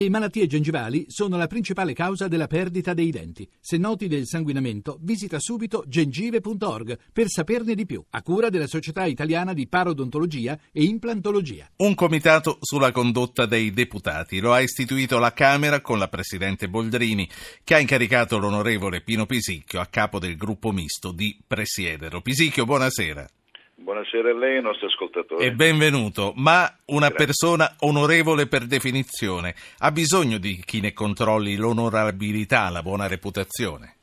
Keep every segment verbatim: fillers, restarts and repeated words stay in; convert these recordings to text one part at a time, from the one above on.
Le malattie gengivali sono la principale causa della perdita dei denti. Se noti del sanguinamento, visita subito gengive punto org per saperne di più, a cura della Società Italiana di Parodontologia e Implantologia. Un comitato sulla condotta dei deputati lo ha istituito la Camera con la Presidente Boldrini, che ha incaricato l'onorevole Pino Pisicchio a capo del gruppo misto di presiederlo. Pisicchio, buonasera. Buonasera a lei e ai nostri ascoltatori. E benvenuto. Ma una Grazie. persona onorevole per definizione ha bisogno di chi ne controlli l'onorabilità, la buona reputazione?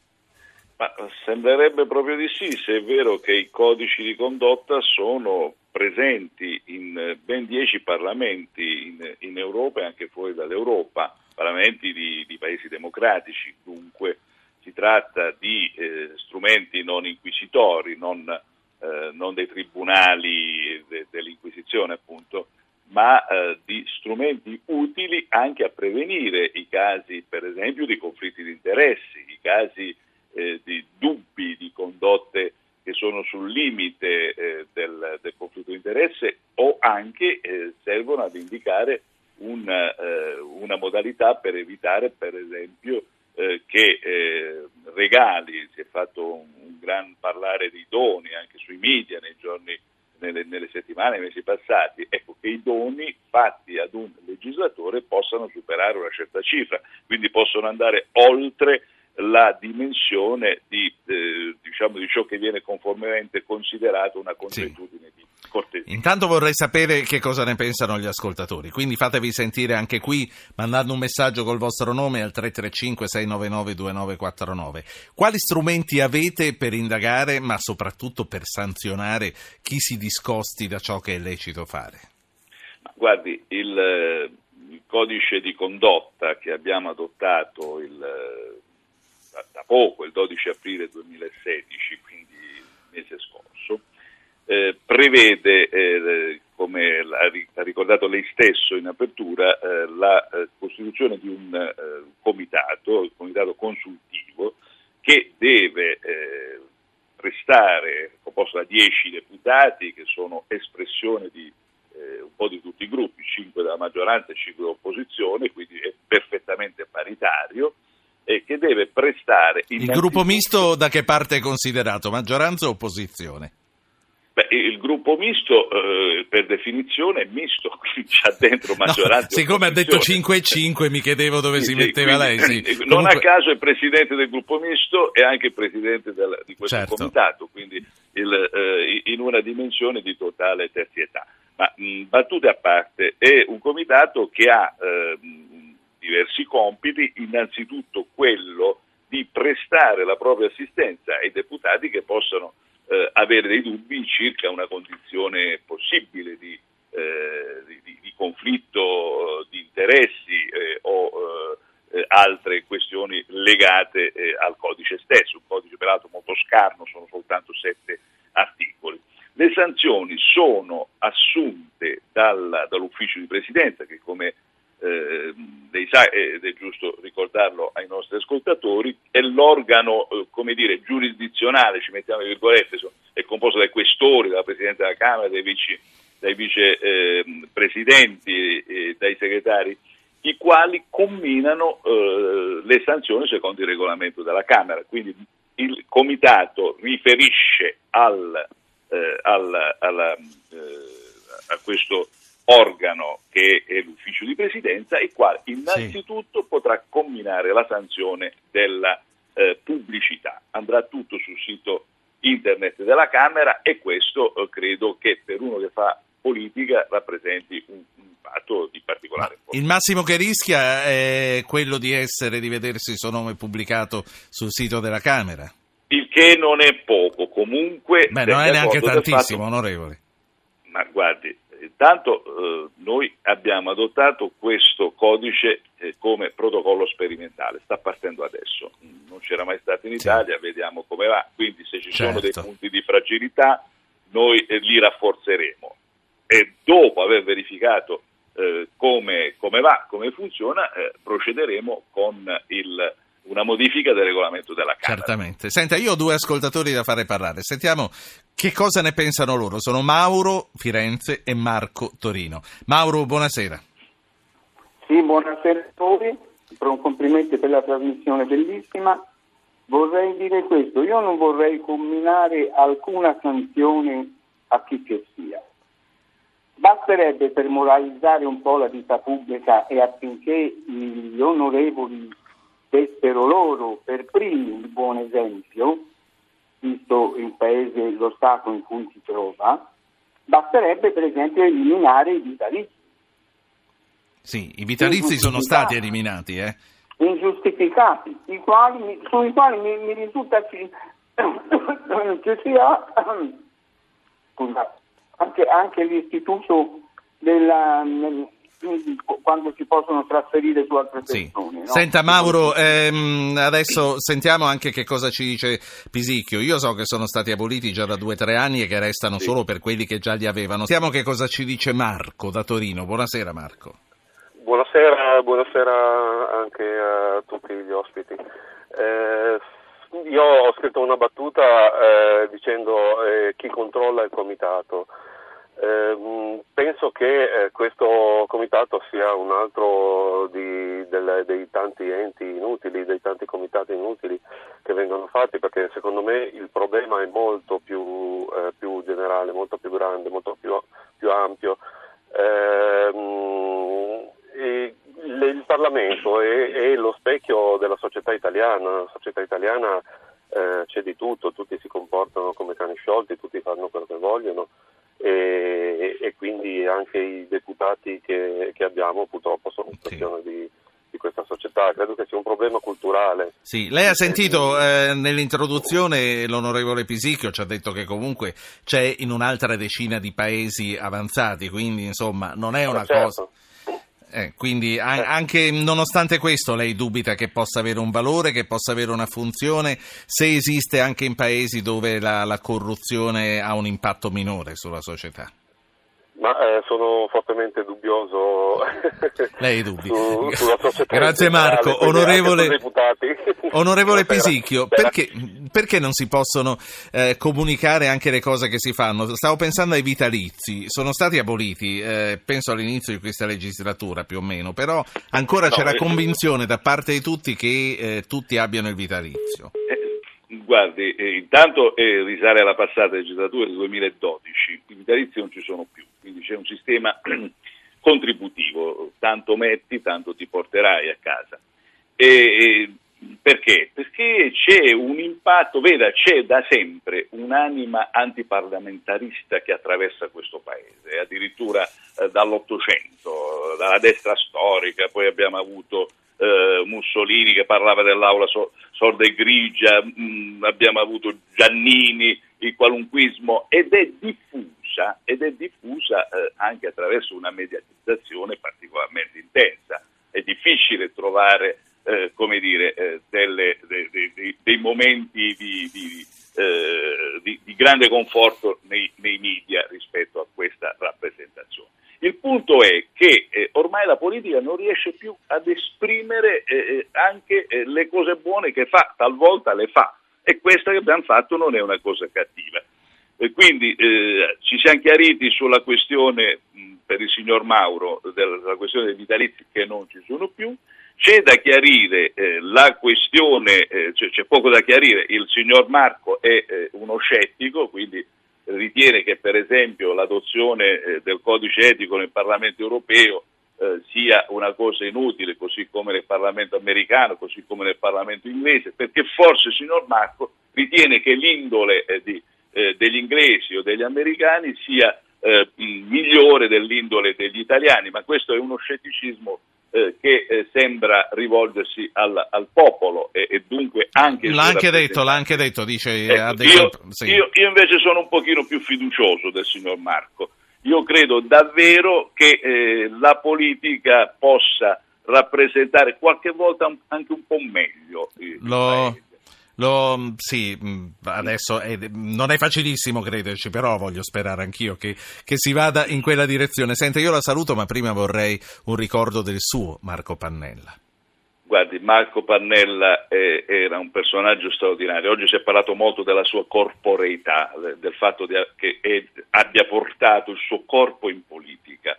Ma sembrerebbe proprio di sì, se è vero che i codici di condotta sono presenti in ben dieci parlamenti in, in Europa e anche fuori dall'Europa, parlamenti di, di paesi democratici. Dunque si tratta di eh, strumenti non inquisitori, non Eh, non dei tribunali de, dell'Inquisizione appunto, ma eh, di strumenti utili anche a prevenire i casi, per esempio, di conflitti di interessi, i casi eh, di dubbi di condotte che sono sul limite eh, del, del conflitto di interesse, o anche eh, servono ad indicare un, eh, una modalità per evitare, per esempio, eh, che eh, regali, si è fatto un, un gran parlare di doni anche sui media nei giorni, nelle, nelle settimane, nei mesi passati, ecco, che i doni fatti ad un legislatore possano superare una certa cifra, quindi possono andare oltre la dimensione di, eh, diciamo, di ciò che viene conformemente considerato una consuetudine di cortesia. Intanto vorrei sapere che cosa ne pensano gli ascoltatori, quindi fatevi sentire anche qui mandando un messaggio col vostro nome al tre tre cinque sei nove nove due nove quattro nove. Quali strumenti avete per indagare, ma soprattutto per sanzionare chi si discosti da ciò che è lecito fare? Guardi, il, il codice di condotta che abbiamo adottato il da poco, il dodici aprile duemilasedici, quindi il mese scorso, eh, prevede, eh, come ha ricordato lei stesso in apertura, eh, la eh, costituzione di un eh, comitato, il comitato consultivo, che deve eh, prestare, composto da dieci deputati che sono espressione di eh, un po' di tutti i gruppi, cinque della maggioranza e cinque dell'opposizione, quindi è perfettamente paritario, e che deve prestare... Il gruppo misto da che parte è considerato? Maggioranza o opposizione? Beh, il gruppo misto eh, per definizione è misto, quindi c'ha dentro maggioranza. No, siccome ha detto cinque e cinque mi chiedevo dove sì, si metteva quindi, lei. Sì. Non Comunque... a caso è presidente del gruppo misto e anche presidente del, di questo certo. comitato, quindi il, eh, in una dimensione di totale terzietà. Ma mh, battute a parte, è un comitato che ha... Eh, diversi compiti, innanzitutto quello di prestare la propria assistenza ai deputati che possano eh, avere dei dubbi circa una condizione possibile di, eh, di, di conflitto di interessi eh, o eh, altre questioni legate eh, al codice stesso, un codice peraltro molto scarno, sono soltanto sette articoli. Le sanzioni sono assunte dal, dall'ufficio di presidenza che, come Eh, lei sa, ed è giusto ricordarlo ai nostri ascoltatori, è l'organo, eh, come dire, giurisdizionale, ci mettiamo le virgolette, è composto dai questori, dalla Presidente della Camera, dai vice, dai vice eh, presidenti e dai segretari, i quali comminano eh, le sanzioni secondo il regolamento della Camera. Quindi il Comitato riferisce al, eh, al, alla, eh, a questo organo che è l'ufficio di presidenza, il quale innanzitutto sì. potrà comminare la sanzione della eh, pubblicità. Andrà tutto sul sito internet della Camera e questo eh, credo che per uno che fa politica rappresenti un, un fatto di particolare importanza. Il massimo che rischia è quello di essere, di vedersi il suo nome pubblicato sul sito della Camera. Il che non è poco, comunque... Beh, non è neanche tantissimo, fatto... onorevole. Ma guardi, intanto eh, noi abbiamo adottato questo codice eh, come protocollo sperimentale, sta partendo adesso, non c'era mai stato in Italia, sì. Vediamo come va, quindi se ci certo. sono dei punti di fragilità noi eh, li rafforzeremo e dopo aver verificato eh, come, come va, come funziona, eh, procederemo con il... una modifica del regolamento della Camera. Certamente. Senta, io ho due ascoltatori da fare parlare. Sentiamo che cosa ne pensano loro. Sono Mauro, Firenze, e Marco, Torino. Mauro, buonasera. Sì, buonasera a voi, un complimento per la trasmissione bellissima. Vorrei dire questo, io non vorrei comminare alcuna sanzione a chi che sia. Basterebbe per moralizzare un po' la vita pubblica e affinché gli onorevoli dessero loro per primi il buon esempio, visto il paese, lo stato in cui si trova, basterebbe per esempio eliminare i vitalizi. Sì, i vitalizi sono stati eliminati, eh? Ingiustificati, i quali, sui quali mi, mi risulta ci, ci sia scusa, anche, anche l'istituto della, nel, quando si possono trasferire su altre persone. Sì. No? Senta Mauro, ehm, adesso sentiamo anche che cosa ci dice Pisicchio. Io so che sono stati aboliti già da due o tre anni e che restano sì. solo per quelli che già li avevano. Sentiamo che cosa ci dice Marco da Torino. Buonasera Marco. Buonasera, buonasera anche a tutti gli ospiti. Eh, io ho scritto una battuta eh, dicendo eh, chi controlla il comitato. Eh, penso che eh, questo comitato sia un altro di, delle, dei tanti enti inutili, dei tanti comitati inutili che vengono fatti, perché secondo me il problema è molto più, eh, più generale, molto più grande, molto più, più ampio. Eh, e il Parlamento è, è lo specchio della società italiana. La società italiana eh, c'è di tutto, tutti si comportano come cani sciolti, tutti fanno quello che vogliono. E, e quindi anche i deputati che, che abbiamo purtroppo sono espressione sì. di, di questa società. Credo che sia un problema culturale. Sì, lei ha sentito eh, nell'introduzione l'onorevole Pisicchio ci ha detto che comunque c'è in un'altra decina di paesi avanzati, quindi insomma non è una certo. cosa... Eh, quindi an- anche nonostante questo lei dubita che possa avere un valore, che possa avere una funzione, se esiste anche in paesi dove la, la corruzione ha un impatto minore sulla società? Ma eh, sono fortemente dubbioso. Lei dubbi. Su, sulla società. Grazie Marco. Onorevole, onorevole Pisicchio, Spera. perché, perché non si possono eh, comunicare anche le cose che si fanno? Stavo pensando ai vitalizi, sono stati aboliti, eh, penso all'inizio di questa legislatura più o meno, però ancora no, c'è la convinzione da parte di tutti che eh, tutti abbiano il vitalizio. Guardi, eh, intanto eh, risale alla passata legislatura del duemiladodici, i vitalizi non ci sono più, quindi c'è un sistema contributivo, tanto metti, tanto ti porterai a casa. E, e, perché? Perché c'è un impatto, veda, c'è da sempre un'anima antiparlamentarista che attraversa questo paese, addirittura eh, dall'Ottocento, dalla destra storica, poi abbiamo avuto Uh, Mussolini che parlava dell'aula so- sorda e grigia, mh, abbiamo avuto Giannini, il qualunquismo, ed è diffusa, ed è diffusa uh, anche attraverso una mediatizzazione particolarmente intensa. È difficile trovare, uh, come dire, uh, delle, de- de- de- dei momenti di, di, uh, di, di grande conforto nei, nei media rispetto a questa rappresentazione. Il punto è che eh, ormai la politica non riesce più ad esprimere eh, anche eh, le cose buone che fa, talvolta le fa, e questa che abbiamo fatto non è una cosa cattiva. E quindi eh, ci siamo chiariti sulla questione mh, per il signor Mauro, della questione dei vitalizi che non ci sono più. C'è da chiarire eh, la questione, eh, c'è, c'è poco da chiarire, il signor Marco è eh, uno scettico, quindi ritiene che per esempio l'adozione eh, del codice etico nel Parlamento europeo eh, sia una cosa inutile, così come nel Parlamento americano, così come nel Parlamento inglese, perché forse il signor Marco ritiene che l'indole eh, di, eh, degli inglesi o degli americani sia eh, migliore dell'indole degli italiani, ma questo è uno scetticismo Eh, che eh, sembra rivolgersi al, al popolo e, e dunque anche... L'ha anche detto, l'ha anche detto, dice... Ecco, ha detto, io, sì. io, io invece sono un pochino più fiducioso del signor Marco. Io credo davvero che eh, la politica possa rappresentare qualche volta anche un po' meglio il Lo... paese. Lo, sì, adesso è, non è facilissimo crederci, però voglio sperare anch'io che, che si vada in quella direzione. Senta, io la saluto, ma prima vorrei un ricordo del suo Marco Pannella. Guardi, Marco Pannella eh, era un personaggio straordinario. Oggi si è parlato molto della sua corporeità, del fatto di, che è, abbia portato il suo corpo in politica.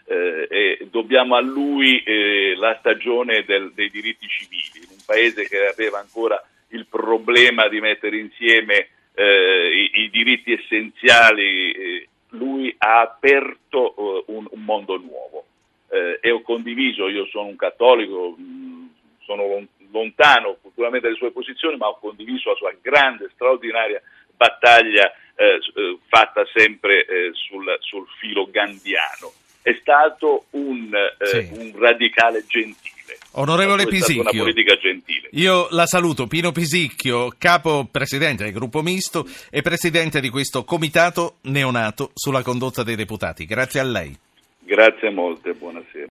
eh, e dobbiamo a lui eh, la stagione del, dei diritti civili, in un paese che aveva ancora il problema di mettere insieme eh, i, i diritti essenziali. Eh, lui ha aperto eh, un, un mondo nuovo eh, e ho condiviso, io sono un cattolico, mh, sono lontano culturalmente dalle sue posizioni, ma ho condiviso la sua grande, straordinaria battaglia eh, fatta sempre eh, sul, sul filo gandhiano. È stato un, eh, sì. un radicale gentile. Onorevole Pisicchio, una politica gentile. Io la saluto. Pino Pisicchio, capo presidente del gruppo misto e presidente di questo comitato neonato sulla condotta dei deputati. Grazie a lei. Grazie molte, buonasera.